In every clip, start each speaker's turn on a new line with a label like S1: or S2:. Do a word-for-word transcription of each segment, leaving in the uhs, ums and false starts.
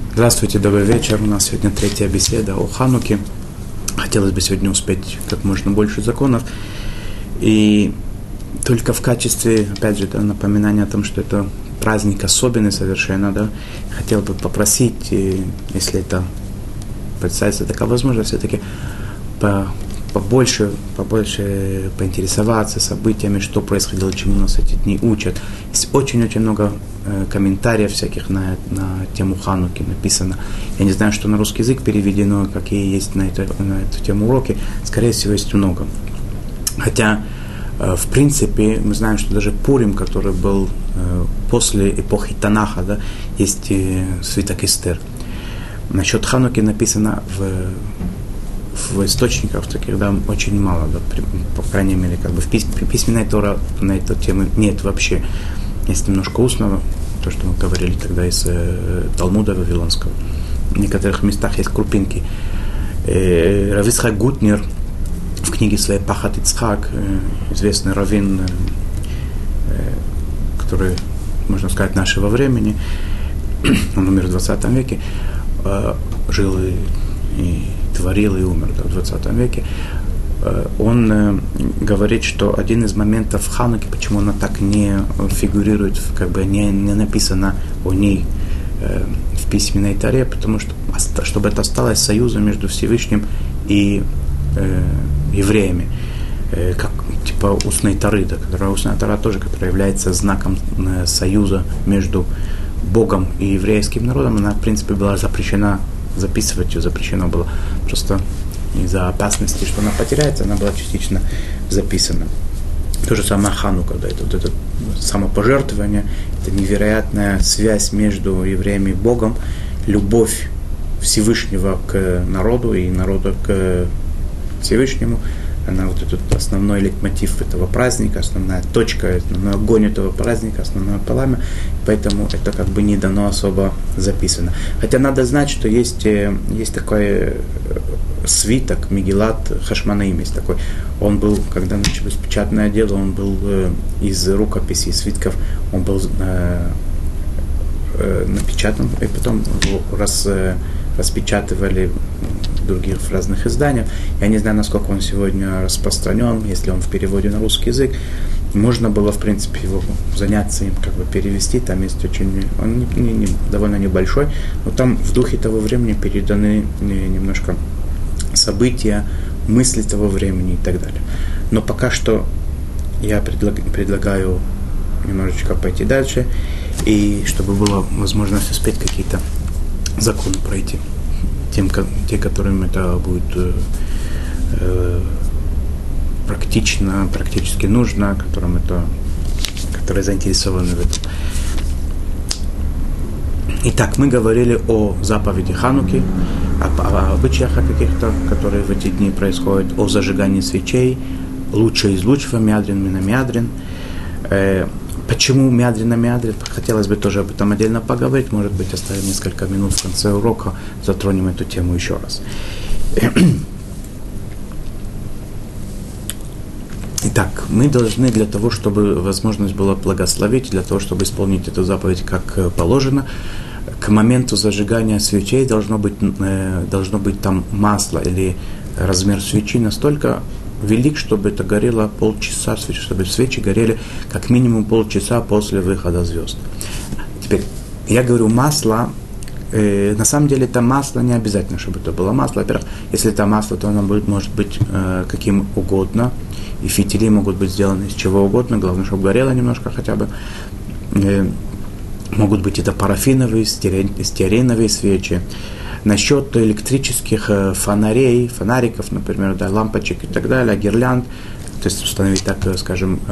S1: Здравствуйте, добрый вечер. У нас сегодня третья беседа о Хануке. Хотелось бы сегодня успеть как можно больше законов. И только в качестве, опять же, да, напоминания о том, что это праздник особенный совершенно, да, хотел бы попросить, если это представится такая возможность, все-таки по, побольше, побольше поинтересоваться событиями, что происходило, чему нас эти дни учат. Есть очень-очень много э, комментариев всяких на, на тему Хануки написано. Я не знаю, что на русский язык переведено, какие есть на, это, на эту тему уроки. Скорее всего, есть много. Хотя, э, в принципе, мы знаем, что даже Пурим, который был э, после эпохи Танаха, да, есть э, свиток Эстер. Насчет Хануки написано в в источниках таких, да, очень мало, да, при, по крайней мере, как бы в пись, письменной Торе на эту тему нет вообще. Есть немножко устного, то, что мы говорили тогда из э, Талмуда Вавилонского. В некоторых местах есть крупинки. Э, Рав Ицхак Гутнер в книге своей «Пахат Ицхак», э, известный раввин, э, который, можно сказать, нашего времени, он умер в двадцатом веке, э, жил и, и творил и умер, да, в двадцатом веке, он э, говорит, что один из моментов Хануки, почему она так не фигурирует, как бы не, не написано о ней э, в письменной Торе, потому что, чтобы это осталось союзом между Всевышним и э, евреями, э, как типа устной Торы, да, которая устная Тора тоже, которая является знаком э, союза между Богом и еврейским народом, она, в принципе, была запрещена. Записывать ее запрещено было просто из-за опасности, что она потеряется, она была частично записана. То же самое Ханука, да, это вот это самопожертвование, это невероятная связь между евреями и Богом, любовь Всевышнего к народу и народа к Всевышнему. Она вот этот основной лейтмотив этого праздника, основная точка, основной огонь этого праздника, основное пламя, поэтому это как бы не дано особо записано. Хотя надо знать, что есть, есть такой свиток, Мегилат Хашмонаим есть такой. Он был, когда началось печатное дело, он был из рукописей, свитков, он был э, э, напечатан, и потом раз, распечатывали в других разных изданиях. Я не знаю, насколько он сегодня распространен, если он в переводе на русский язык. Можно было, в принципе, его заняться им, как бы перевести. Там есть очень, он не, не, не, довольно небольшой, но там в духе того времени переданы немножко события, мысли того времени и так далее. Но пока что я предлаг, предлагаю немножечко пойти дальше, и чтобы была возможность успеть какие-то законы пройти. Тем, те, которым это будет э, практично, практически нужно, которым это, которые заинтересованы в этом. Итак, мы говорили о заповеди Хануки, о, о обычаях каких-то, которые в эти дни происходят, о зажигании свечей, лучше из лучшего, мядрин, миномядрин. Э, Почему мядрено-мядрин? Хотелось бы тоже об этом отдельно поговорить. Может быть, оставим несколько минут в конце урока, затронем эту тему еще раз. Итак, мы должны для того, чтобы возможность была благословить, для того, чтобы исполнить эту заповедь как положено, к моменту зажигания свечей должно быть, должно быть там масло или размер свечи настолько велик, чтобы это горело полчаса, чтобы свечи горели как минимум полчаса после выхода звезд. Теперь, я говорю масло, э, на самом деле это масло не обязательно, чтобы это было масло. Во-первых, если это масло, то оно будет, может быть э, каким угодно, и фитили могут быть сделаны из чего угодно, главное, чтобы горело немножко хотя бы. Э, могут быть это парафиновые, стеариновые свечи. Насчет электрических фонарей, фонариков, например, да, лампочек и так далее, гирлянд, то есть установить, так скажем,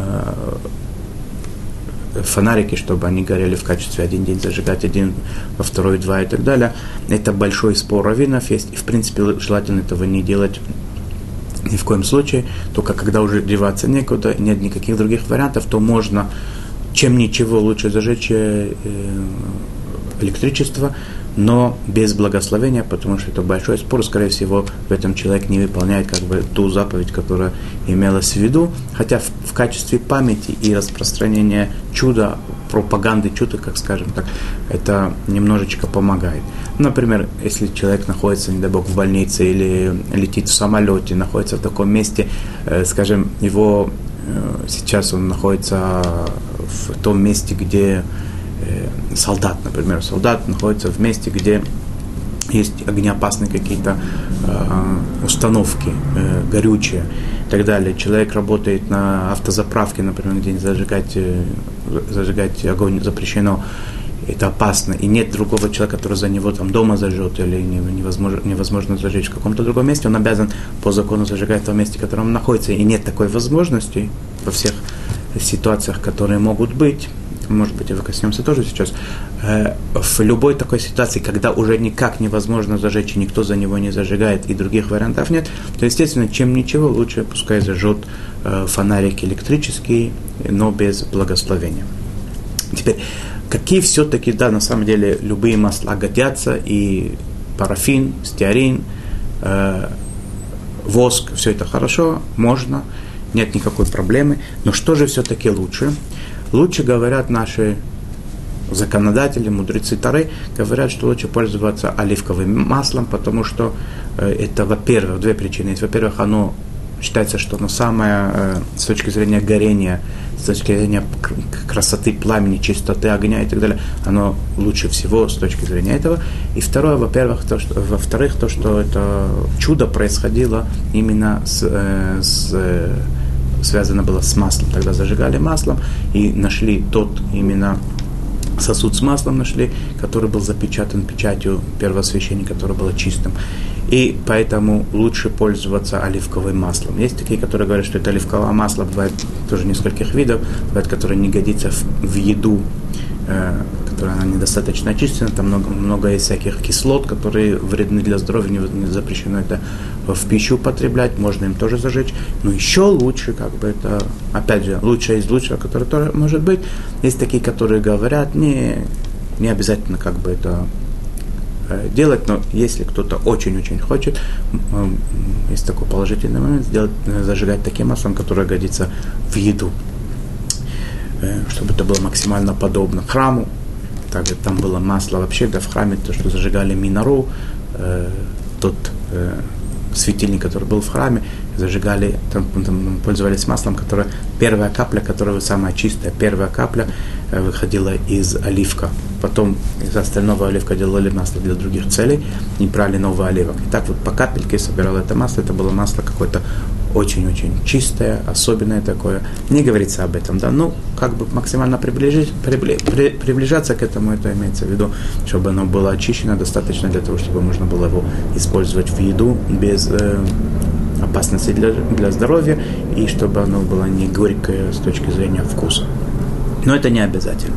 S1: фонарики, чтобы они горели в качестве один день зажигать, один во второй, два и так далее. Это большой спор раввинов есть, и в принципе желательно этого не делать ни в коем случае, только когда уже деваться некуда, нет никаких других вариантов, то можно, чем ничего, лучше зажечь электричество, но без благословения, потому что это большой спор, скорее всего, в этом человек не выполняет как бы ту заповедь, которая имелась в виду, хотя в, в качестве памяти и распространения чуда пропаганды чуток, как скажем так, это немножечко помогает. Например, если человек находится, не дай бог, в больнице или летит в самолете, находится в таком месте, э, скажем, его э, сейчас он находится в том месте, где э, солдат, например, солдат находится в месте, где есть огнеопасные какие-то э, установки, э, горючие и так далее. Человек работает на автозаправке, например, где зажигать, э, зажигать огонь запрещено, это опасно, и нет другого человека, который за него там дома зажжет или невозможно, невозможно зажечь в каком-то другом месте, он обязан по закону зажигать в том месте, в котором он находится, и нет такой возможности во всех ситуациях, которые могут быть. Может быть, и вы коснемся тоже сейчас, э, в любой такой ситуации, когда уже никак невозможно зажечь, и никто за него не зажигает, и других вариантов нет, то, естественно, чем ничего, лучше пускай зажжет э, фонарик электрический, но без благословения. Теперь, какие все-таки, да, на самом деле, любые масла годятся, и парафин, стеарин, э, воск, все это хорошо, можно, нет никакой проблемы, но что же все-таки лучше? Лучше, говорят наши законодатели, мудрецы Торы, говорят, что лучше пользоваться оливковым маслом, потому что э, это, во-первых, две причины. Во-первых, оно считается, что оно самое, э, с точки зрения горения, с точки зрения красоты пламени, чистоты огня и так далее, оно лучше всего с точки зрения этого. И второе, во-первых, то, что, во-вторых, то, что это чудо происходило именно с... Э, с э, связано было с маслом. Тогда зажигали маслом и нашли тот именно сосуд с маслом, нашли, который был запечатан печатью первосвященника, который был чистым. И поэтому лучше пользоваться оливковым маслом. Есть такие, которые говорят, что это оливковое масло, бывает тоже нескольких видов, бывает, которое не годится в, в еду, э, которая она недостаточно очищена, там много, много есть всяких кислот, которые вредны для здоровья, не, не запрещено это в пищу употреблять, можно им тоже зажечь. Но еще лучше, как бы это, опять же, лучшее из лучшего, которое тоже может быть. Есть такие, которые говорят, не, не обязательно как бы это э, делать, но если кто-то очень-очень хочет, э, есть такой положительный момент, сделать, э, зажигать таким маслом, которое годится в еду, э, чтобы это было максимально подобно храму. Также там было масло вообще, да, в храме, то, что зажигали минору, э, тот э, светильник, который был в храме, зажигали, там, там пользовались маслом, которое, первая капля, которая самая чистая, первая капля э, выходила из оливка. Потом из остального оливка делали масло для других целей и брали новый оливок. И так вот по капельке собирал это масло, это было масло какое-то очень-очень чистое, особенное такое. Не говорится об этом, да, ну, как бы максимально приближить, прибли, при, приближаться к этому, это имеется в виду, чтобы оно было очищено достаточно для того, чтобы можно было его использовать в еду без э, опасности для, для здоровья, и чтобы оно было не горькое с точки зрения вкуса. Но это не обязательно.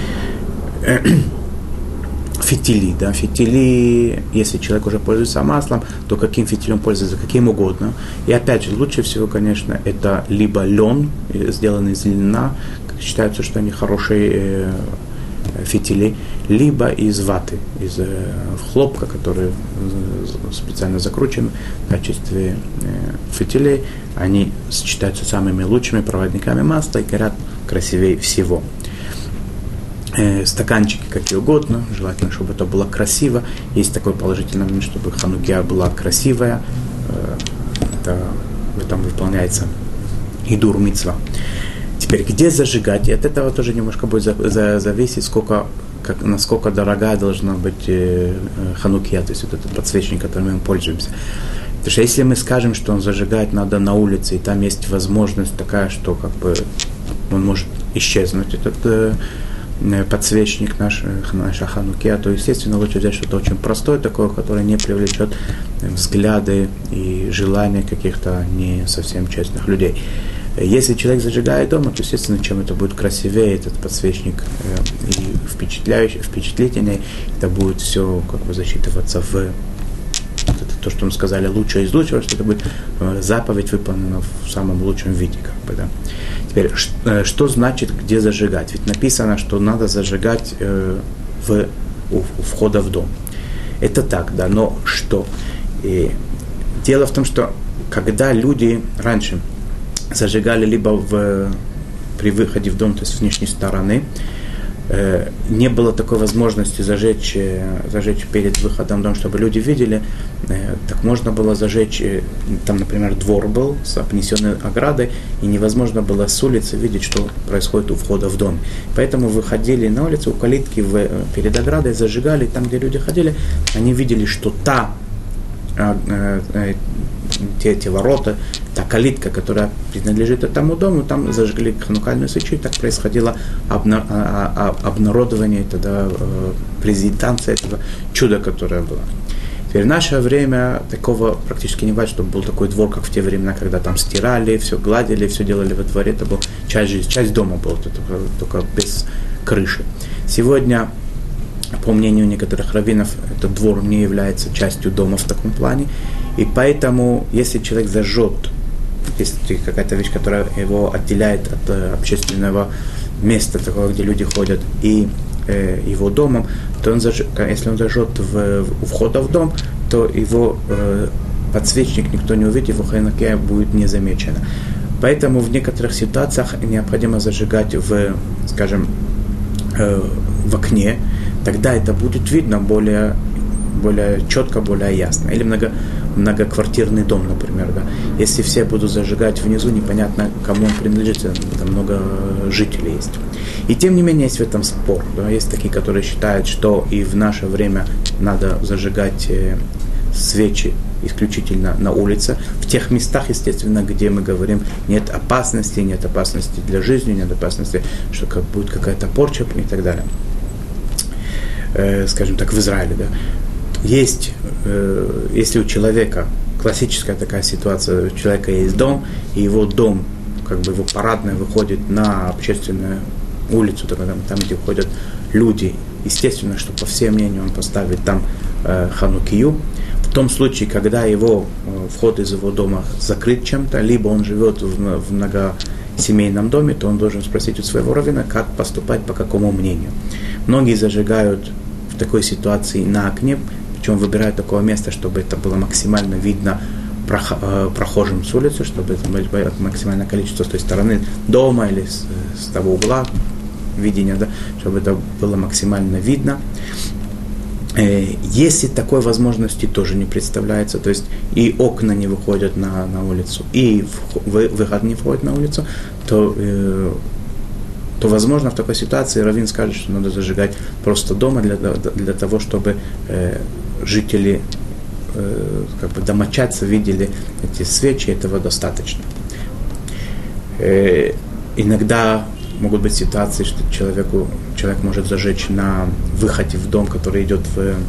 S1: Фитили, да, фитили, если человек уже пользуется маслом, то каким фитилем пользуется, каким угодно. И опять же, лучше всего, конечно, это либо лен, сделанный из льна, считается, что они хорошие э, фитили, либо из ваты, из э, хлопка, который специально закручен в качестве э, фитилей. Они считаются самыми лучшими проводниками масла и горят красивее всего. Стаканчики какие угодно, желательно, чтобы это было красиво. Есть такой положительный момент, чтобы ханукия была красивая. Это, там выполняется идур мицва. Теперь, где зажигать? И от этого тоже немножко будет за, за, зависеть, сколько, как, насколько дорогая должна быть э, ханукия, то есть вот этот подсвечник, которым мы пользуемся. Потому что если мы скажем, что он зажигать надо на улице, и там есть возможность такая, что как бы он может исчезнуть, этот э, подсвечник наш, наша ханукия, то, естественно, лучше взять что-то очень простое, такое, которое не привлечет взгляды и желания каких-то не совсем честных людей. Если человек зажигает дома, то, естественно, чем это будет красивее, этот подсвечник э, и впечатляющий, впечатлительней, это будет все как бы засчитываться в это то, что мы сказали, лучшее из лучшего, что это будет э, заповедь выполнена в самом лучшем виде. Как бы, да. Теперь, что, что значит, где зажигать? Ведь написано, что надо зажигать э, в, у, у входа в дом. Это так, да, но что? И дело в том, что когда люди раньше зажигали либо в, при выходе в дом, то есть с внешней стороны, э, не было такой возможности зажечь, э, зажечь перед выходом в дом, чтобы люди видели, э, так можно было зажечь, э, там, например, двор был с обнесенной оградой, и невозможно было с улицы видеть, что происходит у входа в дом. Поэтому выходили на улицу, у калитки в, перед оградой зажигали, там, где люди ходили, они видели, что та э, э, те, те ворота, та калитка, которая принадлежит этому дому, там зажгли ханукальную свечу, и так происходило обна, а, а, обнародование, тогда э, презентация этого чуда, которое было. Теперь в наше время такого практически не бывает, чтобы был такой двор, как в те времена, когда там стирали, все гладили, все делали во дворе, это была часть жизни, часть дома была, только, только без крыши. Сегодня, по мнению некоторых раввинов, этот двор не является частью дома в таком плане, и поэтому, если человек зажжет, если какая-то вещь, которая его отделяет от э, общественного места, такого, где люди ходят, и э, его домом, то он заж... если он зажжет в, у входа в дом, то его э, подсвечник никто не увидит, его ханукия будет не замечено. Поэтому в некоторых ситуациях необходимо зажигать в, скажем, э, в окне, тогда это будет видно более, более четко, более ясно. Или много, многоквартирный дом, например. Да. Если все будут зажигать внизу, непонятно, кому он принадлежит, там много жителей есть. И тем не менее, есть в этом спор. Да. Есть такие, которые считают, что и в наше время надо зажигать э, свечи исключительно на улице, в тех местах, естественно, где мы говорим, нет опасности, нет опасности для жизни, нет опасности, что как будет какая-то порча и так далее. Э, скажем так, в Израиле, да. Есть, э, если у человека, классическая такая ситуация, у человека есть дом, и его дом, как бы его парадная выходит на общественную улицу, там, там где ходят люди, естественно, что по всем мнениям он поставит там э, ханукию. В том случае, когда его э, вход из его дома закрыт чем-то, либо он живет в, в многосемейном доме, то он должен спросить у своего раввина, как поступать, по какому мнению. Многие зажигают в такой ситуации на окне, причем выбирают такое место, чтобы это было максимально видно прохожим с улицы, чтобы это было максимальное количество с той стороны дома или с, с того угла видения, да, чтобы это было максимально видно. Если такой возможности тоже не представляется, то есть и окна не выходят на, на улицу, и выход не входит на улицу, то, э, то возможно в такой ситуации раввин скажет, что надо зажигать просто дома для, для того, чтобы э, жители, э, как бы домочадцы видели эти свечи, этого достаточно. Э, иногда могут быть ситуации, что человеку, человек может зажечь на выходе в дом, который идет в, э,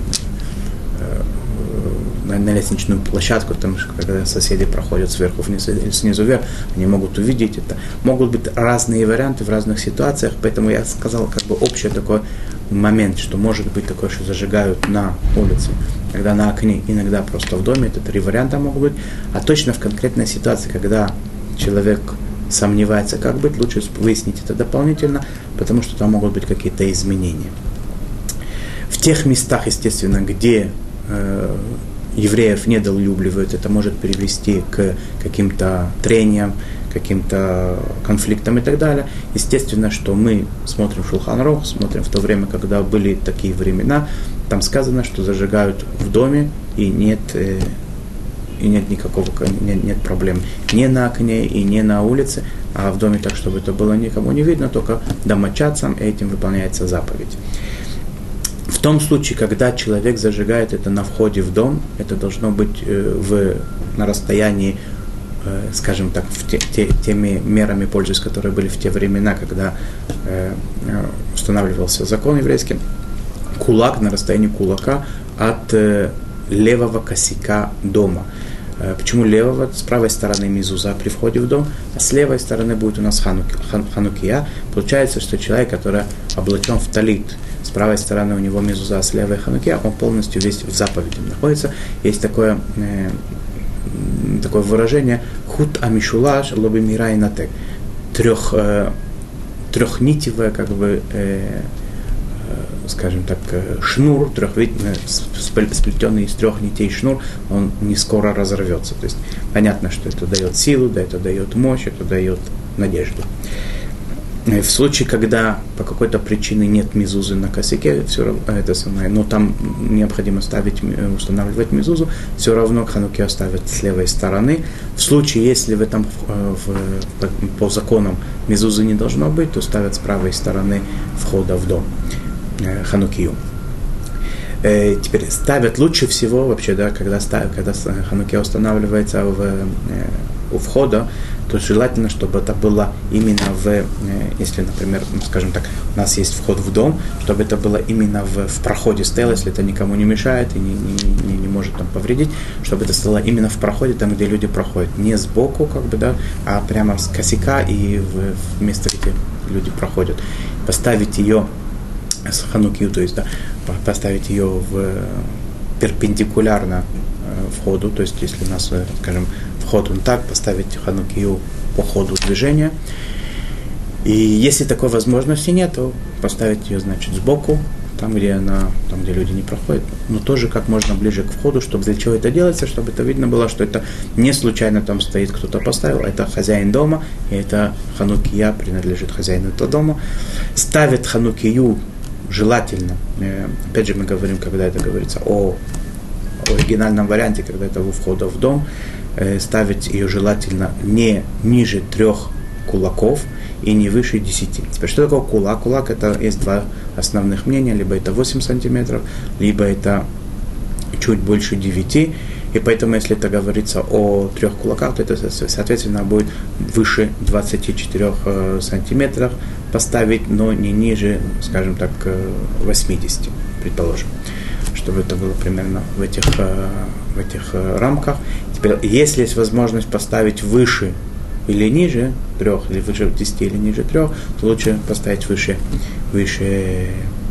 S1: на, на лестничную площадку, там, когда соседи проходят сверху вниз или снизу вверх, они могут увидеть это. Могут быть разные варианты в разных ситуациях, поэтому я сказал как бы общий такой момент, что может быть такое, что зажигают на улице, иногда на окне, иногда просто в доме, это три варианта могут быть, а точно в конкретной ситуации, когда человек сомневается, как быть, лучше выяснить это дополнительно, потому что там могут быть какие-то изменения. В тех местах, естественно, где э, евреев недолюбливают, это может привести к каким-то трениям, каким-то конфликтам и так далее. Естественно, что мы смотрим Шулхан Арух, смотрим в то время, когда были такие времена, там сказано, что зажигают в доме, и нет... Э, и нет никакого, нет, нет проблем ни на окне и ни на улице, а в доме так, чтобы это было никому не видно, только домочадцам, этим выполняется заповедь. В том случае, когда человек зажигает это на входе в дом, это должно быть э, в, на расстоянии, э, скажем так, в те, те, теми мерами, пользуясь, которые были в те времена, когда э, устанавливался закон еврейский, кулак, на расстоянии кулака от э, левого косяка дома. Почему левого? С правой стороны мезуза при входе в дом, а с левой стороны будет у нас хануки, хан, ханукия. Получается, что человек, который облачен в талит, с правой стороны у него мезуза, а с левой ханукия, он полностью весь в заповеди находится. Есть такое, э, такое выражение хут амишулаш лоби мира и натек. Трех, э, трехнитевое, как бы, э, скажем так, шнур, сплетенный из трех нитей шнур, он не скоро разорвется. То есть понятно, что это дает силу, да, это дает мощь, это дает надежду. В случае, когда по какой-то причине нет мезузы на косяке, все равно это самое, но там необходимо ставить, устанавливать мезузу, все равно хануки оставят с левой стороны. В случае, если в этом в, по законам мезузы не должно быть, то ставят с правой стороны входа в дом ханукию. Теперь ставят лучше всего вообще, да, когда, ставят, когда ханукия устанавливается в, у входа, то желательно, чтобы это было именно в, если, например, скажем так, у нас есть вход в дом, чтобы это было именно в, в проходе стояло, если это никому не мешает и не, не, не, не может там повредить, чтобы это стояло именно в проходе, там, где люди проходят, не сбоку, как бы, да, а прямо с косяка и в, в место, где люди проходят. Поставить ее с ханукию, то есть, да, поставить ее в, перпендикулярно входу, то есть, если у нас, скажем, вход он так, поставить ханукию по ходу движения. И если такой возможности нет, то поставить ее, значит, сбоку, там, где она, там, где люди не проходят, но тоже как можно ближе к входу, чтобы для чего это делается, чтобы это видно было, что это не случайно там стоит, кто-то поставил, это хозяин дома, и это ханукия принадлежит хозяину этого дома. Ставит ханукию желательно, опять же мы говорим, когда это говорится о оригинальном варианте, когда это у входа в дом, ставить ее желательно не ниже трех кулаков и не выше десяти. Теперь, что такое кулак? Кулак — это есть два основных мнения, либо это восемь сантиметров, либо это чуть больше девяти, и поэтому, если это говорится о трех кулаках, то это, соответственно, будет выше двадцати четырёх сантиметров поставить, но не ниже, скажем так, восьмидесяти, предположим, чтобы это было примерно в этих, в этих рамках. Теперь, если есть возможность поставить выше или ниже трех, или выше десяти, или ниже трех, то лучше поставить выше, выше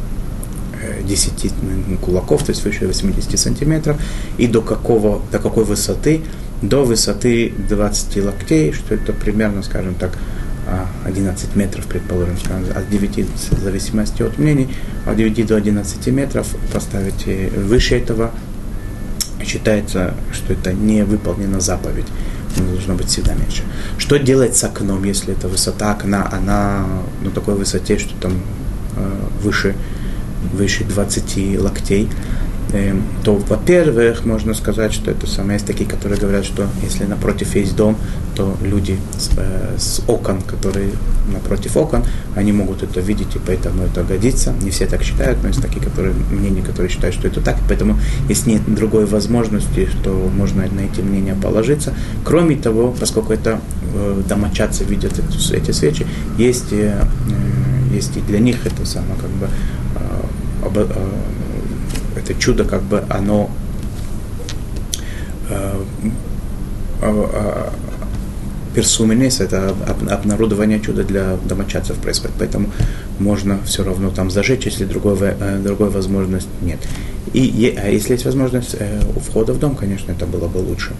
S1: десяти кулаков, то есть выше восьмидесяти сантиметров, и до, какого, до какой высоты? До высоты двадцати локтей, что это примерно, скажем так, одиннадцать метров, предположим, скажем, от девяти, в зависимости от мнений, от девяти до одиннадцати метров поставить выше этого, считается, что это не выполнена заповедь, оно должно быть всегда меньше. Что делать с окном, если эта высота окна, она на такой высоте, что там э, выше, выше двадцати локтей, э, то, во-первых, можно сказать, что это самое, есть такие, которые говорят, что если напротив есть дом, то люди с, э, с окон, которые напротив окон, они могут это видеть, и поэтому это годится. Не все так считают, но есть такие, которые, мнения, которые считают, что это так, и поэтому, если нет другой возможности, то можно на эти мнения положиться. Кроме того, поскольку это э, домочадцы видят эти, эти свечи, есть, э, есть и для них это самое, как бы, э, об, э, это чудо, как бы, оно э, э, персуминес, это обнародование чуда для домочадцев происходит, поэтому можно все равно там зажечь, если другой, другой возможности нет. И а если есть возможность у входа в дом, конечно, это было бы лучше.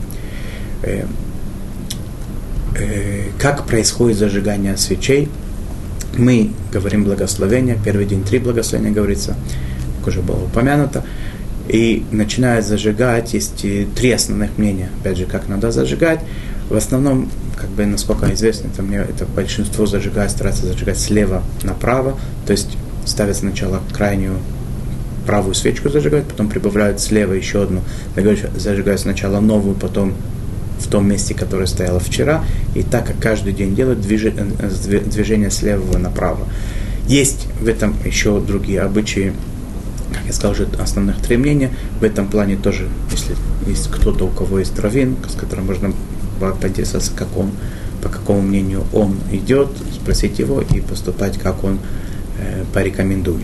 S1: Как происходит зажигание свечей? Мы говорим благословение, первый день три благословения говорится, как уже было упомянуто, и начинают зажигать, есть три основных мнения, опять же, как надо зажигать. В основном, как бы, насколько известно, это, мне, это большинство зажигает, старается зажигать слева направо, то есть ставят сначала крайнюю правую свечку зажигать, потом прибавляют слева еще одну, зажигают сначала новую, потом в том месте, которое стояло вчера, и так как каждый день делают движение, движение слева направо. Есть в этом еще другие обычаи, как я сказал, уже основных три мнения. В этом плане тоже, если есть кто-то, у кого есть раввин, с которым можно поинтересоваться, как он, по какому мнению он идет, спросить его и поступать, как он э, порекомендует.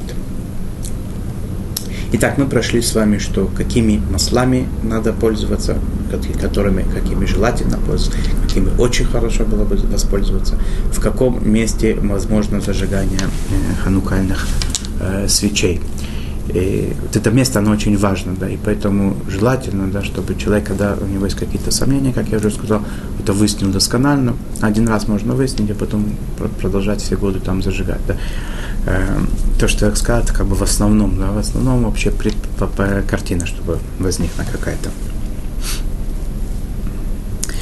S1: Итак, мы прошли с вами, что какими маслами надо пользоваться, которыми, какими желательно пользоваться, какими очень хорошо было бы воспользоваться, в каком месте возможно зажигание э, ханукальных э, свечей. И вот это место, оно очень важно, да, и поэтому желательно, да, чтобы человек, когда у него есть какие-то сомнения, как я уже сказал, это выяснил досконально. Один раз можно выяснить, а потом продолжать все годы там зажигать, да. То, что я сказал, это как бы в основном, да, в основном вообще пред, по, по, картина, чтобы возникла какая-то.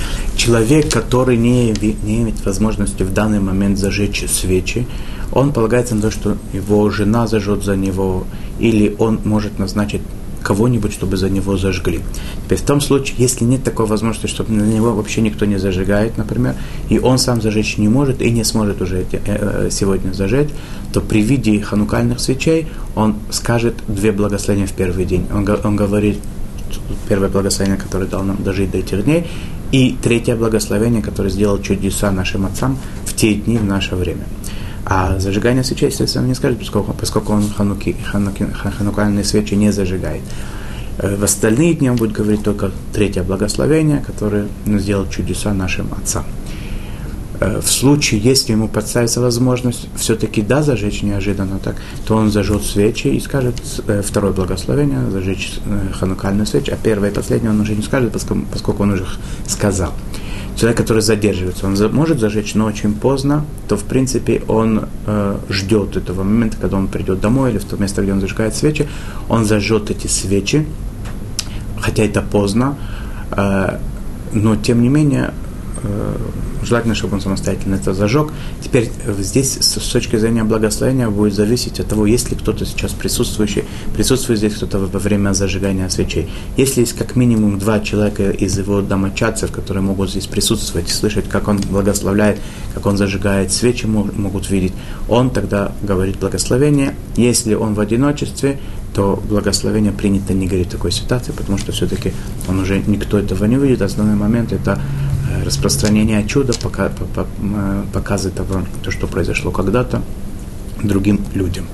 S1: человек, который не, не имеет возможности в данный момент зажечь свечи, он полагается на то, что его жена зажжет за него, или он может назначить кого-нибудь, чтобы за него зажгли. Теперь в том случае, если нет такой возможности, чтобы на него вообще никто не зажигает, например, и он сам зажечь не может и не сможет уже сегодня зажечь, то при виде ханукальных свечей он скажет две благословения в первый день. Он, он говорит первое благословение, которое дал нам дожить до этих дней, и третье благословение, которое сделал чудеса нашим отцам в те дни, в наше время. А зажигание свечей, естественно, не скажет, поскольку, поскольку он хануки, хануки, ханукальные свечи не зажигает. В остальные дни он будет говорить только третье благословение, которое сделал чудеса нашим отцам. В случае, если ему представится возможность все-таки да зажечь неожиданно так, то он зажжет свечи и скажет второе благословение, зажечь ханукальную свечу, а первое и последнее он уже не скажет, поскольку, поскольку он уже сказал. Человек, который задерживается, он может зажечь, но очень поздно, то в принципе он э, ждет этого момента, когда он придет домой или в то место, где он зажигает свечи, он зажжет эти свечи, хотя это поздно, э, но тем не менее э, желательно, чтобы он самостоятельно это зажег. Теперь здесь с, с точки зрения благословения будет зависеть от того, есть ли кто-то сейчас присутствующий, присутствует здесь кто-то во время зажигания свечей. Если есть как минимум два человека из его домочадцев, которые могут здесь присутствовать, слышать, как он благословляет, как он зажигает свечи, могут видеть, он тогда говорит благословение. Если он в одиночестве, то благословение принято не говорить в такой ситуации, потому что все-таки он уже никто этого не видит. Основной момент это распространение чуда, показы того, то, что произошло когда-то другим людям.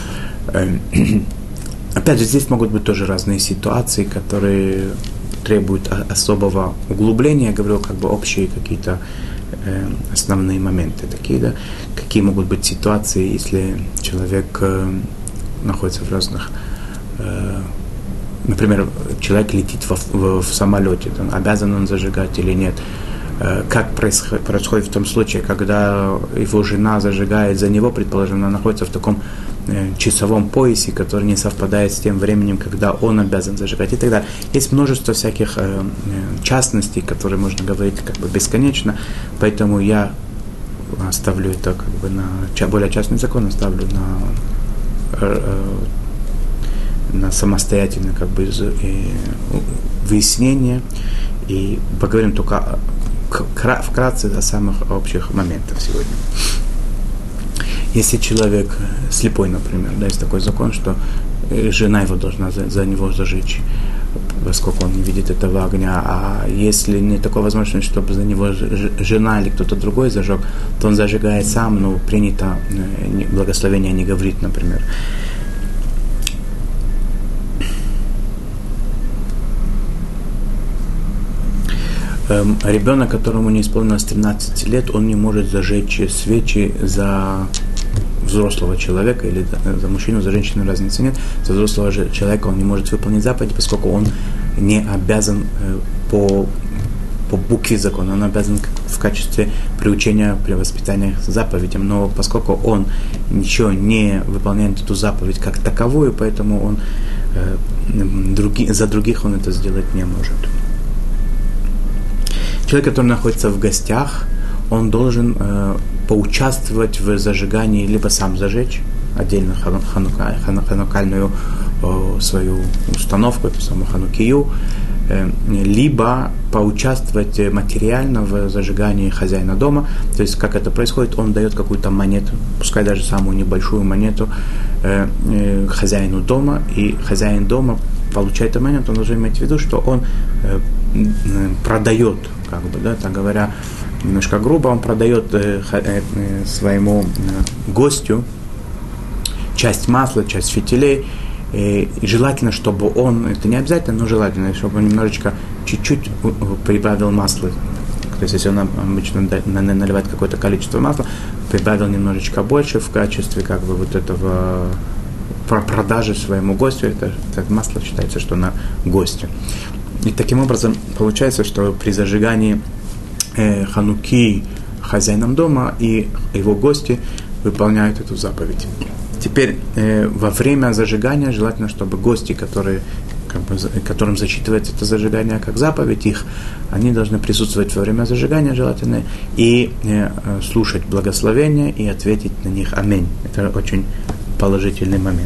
S1: Опять же, здесь могут быть тоже разные ситуации, которые требуют особого углубления. Я говорил, как бы общие какие-то э, основные моменты такие, да. Какие могут быть ситуации, если человек э, находится в разных э, например, человек летит в, в, в самолете, там, обязан он зажигать или нет. Как происходит, происходит в том случае, когда его жена зажигает за него, предположим, она находится в таком э, часовом поясе, который не совпадает с тем временем, когда он обязан зажигать и так далее. Есть множество всяких э, частностей, которые можно говорить как бы бесконечно, поэтому я оставлю это как бы на более частный закон, оставлю на э, на самостоятельное как бы выяснение и поговорим только вкратце о самых общих моментах сегодня. Если человек слепой, например, да, есть такой закон, что жена его должна за, за него зажечь, поскольку он не видит этого огня, а если не такой возможности, чтобы за него жена или кто-то другой зажег, то он зажигает сам, но принято благословение не говорить, например. Ребенок, которому не исполнилось тринадцать лет, он не может зажечь свечи за взрослого человека или за мужчину, за женщину разницы нет. За взрослого человека он не может выполнить заповедь, поскольку он не обязан по, по букве закона, он обязан в качестве приучения, при воспитании заповедям, но поскольку он ничего не выполняет эту заповедь как таковую, поэтому он, други, за других он это сделать не может. Человек, который находится в гостях, он должен э, поучаствовать в зажигании, либо сам зажечь отдельно ханука, ханукальную э, свою установку, эту самую ханукию, э, либо поучаствовать материально в зажигании хозяина дома. То есть, как это происходит, он дает какую-то монету, пускай даже самую небольшую монету э, э, хозяину дома, и хозяин дома получает эту монету, он должен иметь в виду, что он э, продает, как бы, да, так говоря, немножко грубо, он продает э, э, своему э, гостю часть масла, часть фитилей, э, и желательно, чтобы он, это не обязательно, но желательно, чтобы он немножечко, чуть-чуть прибавил масла. То есть, если он обычно наливает какое-то количество масла, прибавил немножечко больше в качестве, как бы, вот этого продажи своему гостю, это, это масло считается, что на гостю. И таким образом получается, что при зажигании э, хануки хозяином дома и его гости выполняют эту заповедь. Теперь э, во время зажигания желательно, чтобы гости, которые как бы, которым зачитывается это зажигание как заповедь их, они должны присутствовать во время зажигания желательно и э, слушать благословения и ответить на них аминь. Это очень положительный момент.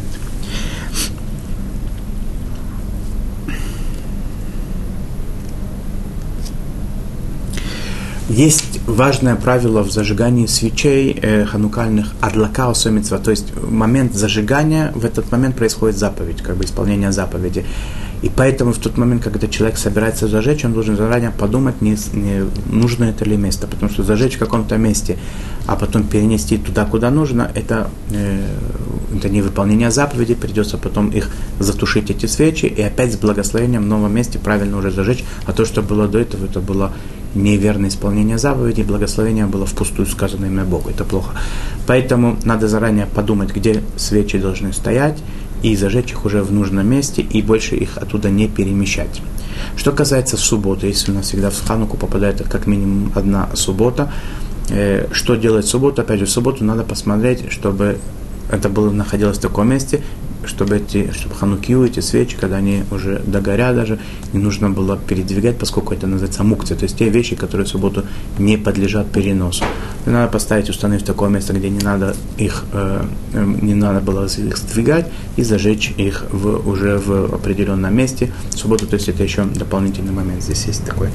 S1: Есть важное правило в зажигании свечей э, ханукальных адлака осомицва, то есть момент зажигания, в этот момент происходит заповедь, как бы исполнение заповеди. И поэтому в тот момент, когда человек собирается зажечь, он должен заранее подумать, не, не, нужно это ли место, потому что зажечь в каком-то месте, а потом перенести туда, куда нужно, это, э, это не выполнение заповеди, придется потом их затушить, эти свечи, и опять с благословением в новом месте правильно уже зажечь, а то, что было до этого, это было неверное исполнение заповедей, благословение было впустую сказано имя Богу, это плохо. Поэтому надо заранее подумать, где свечи должны стоять, и зажечь их уже в нужном месте, и больше их оттуда не перемещать. Что касается субботы, если у нас всегда в Хануку попадает как минимум одна суббота, э, что делать в субботу? Опять же, в субботу надо посмотреть, чтобы это было, находилось в таком месте, чтобы, эти, чтобы ханукию, эти свечи, когда они уже догорят даже, не нужно было передвигать, поскольку это называется мукция, то есть те вещи, которые в субботу не подлежат переносу. И надо поставить, установить в такое место, где не надо их, э, не надо было их сдвигать, и зажечь их в, уже в определенном месте в субботу, то есть это еще дополнительный момент здесь есть такой.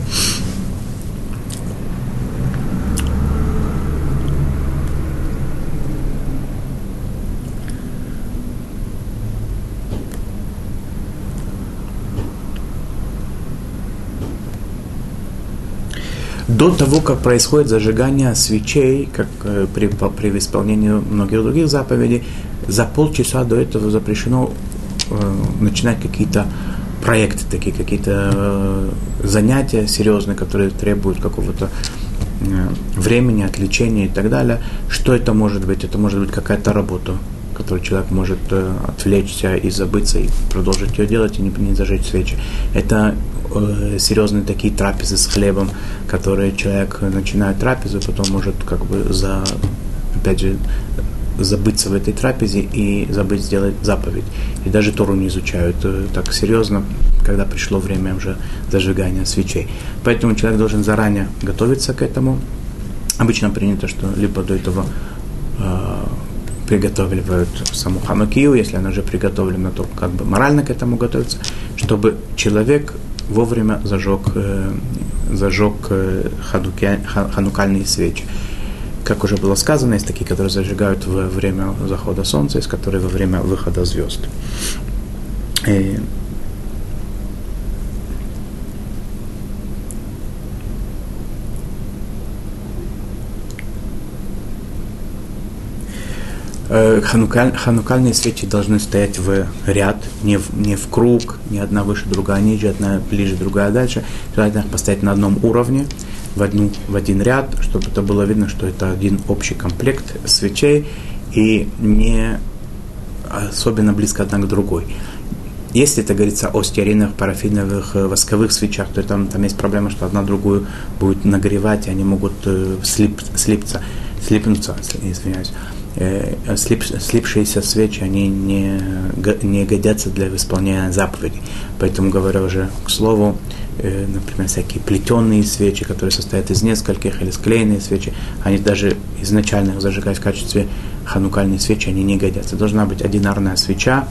S1: До того, как происходит зажигание свечей, как э, при, по, при исполнении многих других заповедей, за полчаса до этого запрещено э, начинать какие-то проекты, такие какие-то э, занятия серьезные, которые требуют какого-то э, времени, отвлечения и так далее. Что это может быть? Это может быть какая-то работа, которой человек может э, отвлечься и забыться, и продолжить ее делать, и не, не зажечь свечи. Это э, серьезные такие трапезы с хлебом, которые человек начинает трапезу, потом может как бы за, опять же, забыться в этой трапезе и забыть сделать заповедь. И даже Тору не изучают э, так серьезно, когда пришло время уже зажигания свечей. Поэтому человек должен заранее готовиться к этому. Обычно принято, что либо до этого э, приготавливают саму ханукию, если она уже приготовлена, то как бы морально к этому готовиться, чтобы человек вовремя зажег, э, зажег э, хануки, ханукальные свечи. Как уже было сказано, есть такие, которые зажигают во время захода солнца, есть которые во время выхода звезд. И Ханукаль, ханукальные свечи должны стоять в ряд, не в, не в круг, не одна выше, другая ниже, одна ближе, другая дальше. Желательно поставить на одном уровне, в, одну, в один ряд, чтобы это было видно, что это один общий комплект свечей и не особенно близко одна к другой. Если это говорится о стеаринах, парафиновых, восковых свечах, то там, там есть проблема, что одна другую будет нагревать, и они могут э, слип, слипться, слипнуться, извиняюсь. Слип, слипшиеся свечи, они не, не годятся для исполнения заповедей. Поэтому, говоря уже к слову, э, например, всякие плетеные свечи, которые состоят из нескольких, или склеенные свечи, они даже изначально их зажигать в качестве ханукальной свечи, они не годятся. Должна быть одинарная свеча.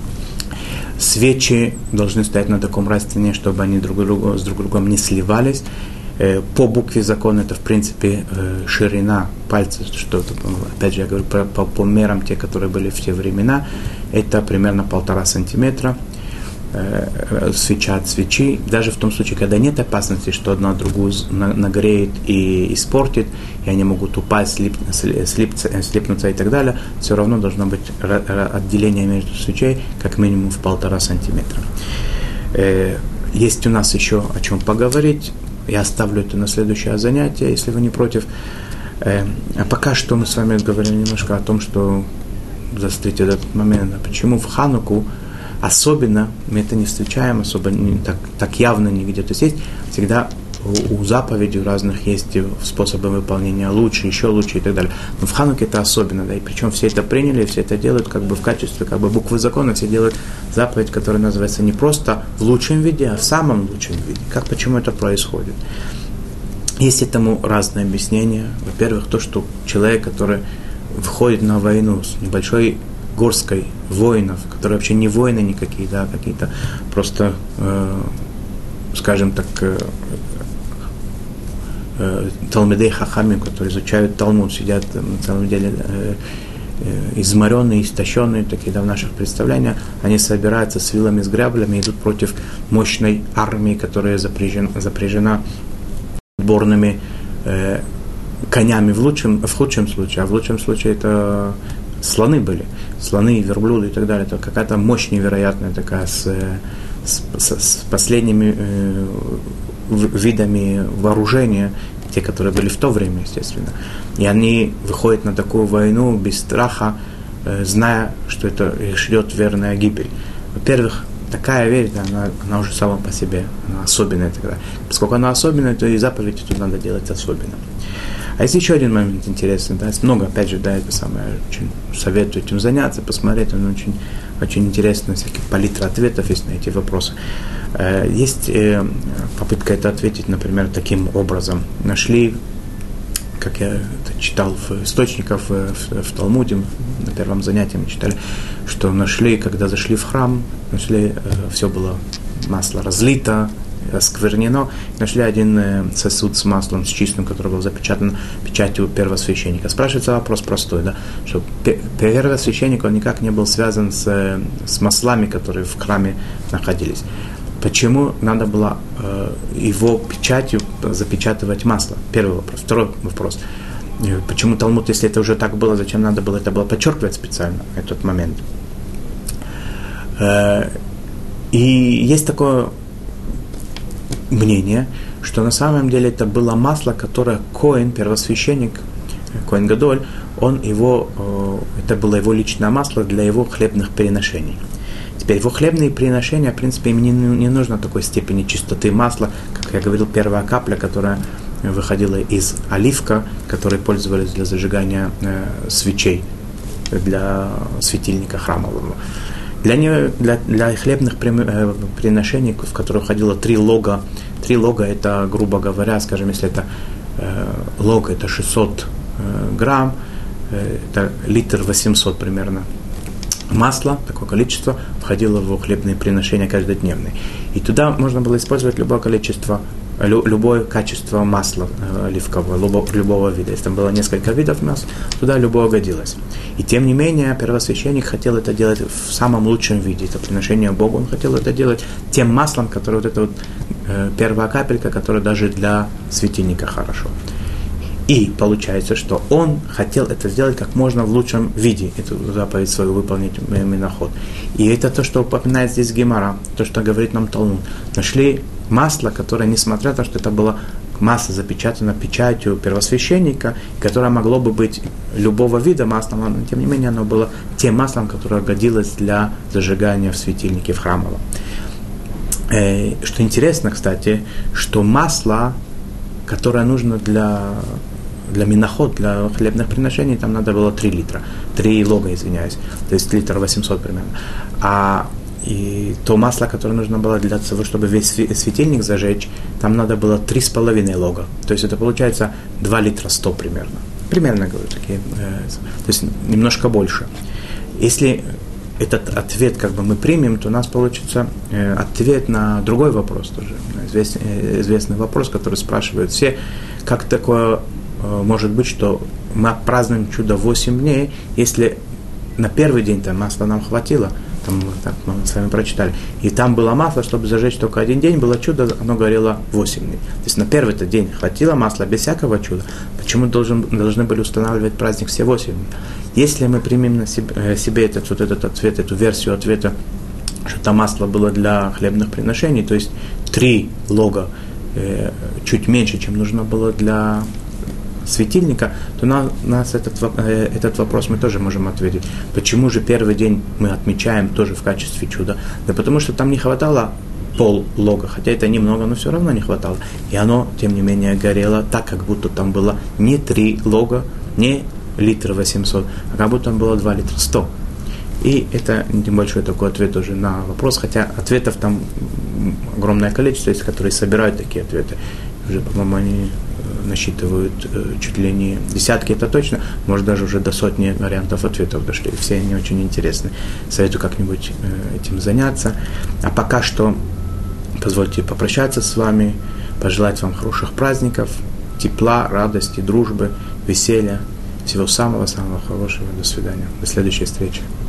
S1: Свечи должны стоять на таком расстоянии, чтобы они друг другу, с друг другом не сливались. По букве закона это, в принципе, ширина пальца, что, опять же, я говорю по, по, по мерам, те, которые были в те времена, это примерно полтора сантиметра э, свеча от свечи. Даже в том случае, когда нет опасности, что одна другую нагреет и испортит, и они могут упасть, слип, слипться, слипнуться и так далее, все равно должно быть отделение между свечей как минимум в полтора сантиметра. Э, есть у нас еще о чем поговорить. Я оставлю это на следующее занятие, если вы не против. А пока что мы с вами говорили немножко о том, что застрите этот момент. Почему в Хануку особенно, мы это не встречаем, особо не, так, так явно нигде. То есть есть всегда у, у заповедей у разных есть способы выполнения лучше, еще лучше и так далее. Но в Хануке это особенно, да, и причем все это приняли, все это делают как бы в качестве как бы буквы закона, все делают заповедь, которая называется не просто в лучшем виде, а в самом лучшем виде. Как, почему это происходит? Есть этому разные объяснения. Во-первых, то, что человек, который входит на войну с небольшой горской воинов, которые вообще не воины никакие, да, какие-то просто, э, скажем так, э, э, талмидей хахамим, которые изучают Талмуд, сидят на самом деле э, э, изморенные, истощенные, такие, да, в наших представлениях, они собираются с вилами, с граблями, идут против мощной армии, которая запряжена, запряжена сборными э, конями в лучшем, в худшем случае, а в лучшем случае это слоны были, слоны, верблюды и так далее. Это какая-то мощь невероятная такая с, с, с последними э, видами вооружения, те, которые были в то время, естественно. И они выходят на такую войну без страха, э, зная, что это их ждет верная гибель. Во-первых, такая вещь, да, она, она уже сама по себе, она особенная тогда. Поскольку она особенная, то и заповеди тут надо делать особенно. А есть еще один момент интересный, да, есть много, опять же, да, это самое, очень советую этим заняться, посмотреть, он очень, очень интересно, всякие палитры ответов есть на эти вопросы. Есть попытка это ответить, например, таким образом. Нашли, как я это читал в источниках, в, в, в Талмуде, на первом занятии мы читали, что нашли, когда зашли в храм, нашли, все было, масло разлито, осквернено, нашли один сосуд с маслом, с чистым, который был запечатан печатью первосвященника. Спрашивается вопрос простой, да, что первосвященник, он никак не был связан с, с маслами, которые в храме находились. Почему надо было э, его печатью запечатывать масло? Первый вопрос. Второй вопрос. Почему Талмуд, если это уже так было, зачем надо было это было подчеркивать специально, этот момент? Э, и есть такое мнение, что на самом деле это было масло, которое Коэн, первосвященник, Коэн Гадоль, он его, э, это было его личное масло для его хлебных переношений. Теперь его хлебные приношения, в принципе, им не, не нужно такой степени чистоты масла, как я говорил, первая капля, которая выходила из оливка, которой пользовались для зажигания э, свечей, для светильника храмового. Для, нее, для, для хлебных приношений, в которые входило три лога, три лога это, грубо говоря, скажем, если это э, лог, это шестьсот э, грамм, э, это литр восемьсот примерно. Масло, такое количество, входило в хлебные приношения каждодневные. И туда можно было использовать любое количество, лю, любое качество масла э, оливкового, любого, любого вида. Если там было несколько видов масла, туда любое годилось. И тем не менее, первосвященник хотел это делать в самом лучшем виде. Это приношение Богу, он хотел это делать тем маслом, которое вот это вот э, первая капелька, которая даже для светильника хорошо. И получается, что он хотел это сделать как можно в лучшем виде, эту заповедь свою выполнить миноход. И это то, что упоминает здесь Гемара, то, что говорит нам Талмуд. Нашли масло, которое, несмотря на то, что это было масло, запечатано печатью первосвященника, которое могло бы быть любого вида маслом, но тем не менее оно было тем маслом, которое годилось для зажигания в светильнике в храмовом. Что интересно, кстати, что масло, которое нужно для для миноход, для хлебных приношений, там надо было три литра, три лога, извиняюсь, то есть литр восемьсот примерно. А и то масло, которое нужно было для того, чтобы весь светильник зажечь, там надо было три с половиной лога, то есть это получается два литра сто примерно. Примерно, говорю, такие, э, то есть немножко больше. Если этот ответ как бы мы примем, то у нас получится э, ответ на другой вопрос тоже, известный, э, известный вопрос, который спрашивают все, как такое может быть, что мы празднуем чудо восемь дней, если на первый день там масла нам хватило, там, так мы с вами прочитали, и там было масло, чтобы зажечь только один день, было чудо, оно горело восемь дней. То есть на первый-то день хватило масла без всякого чуда. Почему должен, должны были устанавливать праздник все восемь дней? Если мы примем на себе, себе этот, вот этот ответ, эту версию ответа, что там масло было для хлебных приношений, то есть три лога, э, чуть меньше, чем нужно было для светильника, то на нас этот, этот вопрос мы тоже можем ответить. Почему же первый день мы отмечаем тоже в качестве чуда? Да потому что там не хватало пол лога, хотя это немного, но все равно не хватало. И оно, тем не менее, горело так, как будто там было не три лога, не литр восемьсот, а как будто там было два литра сто. И это небольшой такой ответ уже на вопрос, хотя ответов там огромное количество, есть, которые собирают такие ответы. Уже, по-моему, они насчитывают чуть ли не десятки, это точно, может даже уже до сотни вариантов ответов дошли. Все они очень интересны. Советую как-нибудь этим заняться. А пока что позвольте попрощаться с вами, пожелать вам хороших праздников, тепла, радости, дружбы, веселья. Всего самого-самого хорошего. До свидания. До следующей встречи.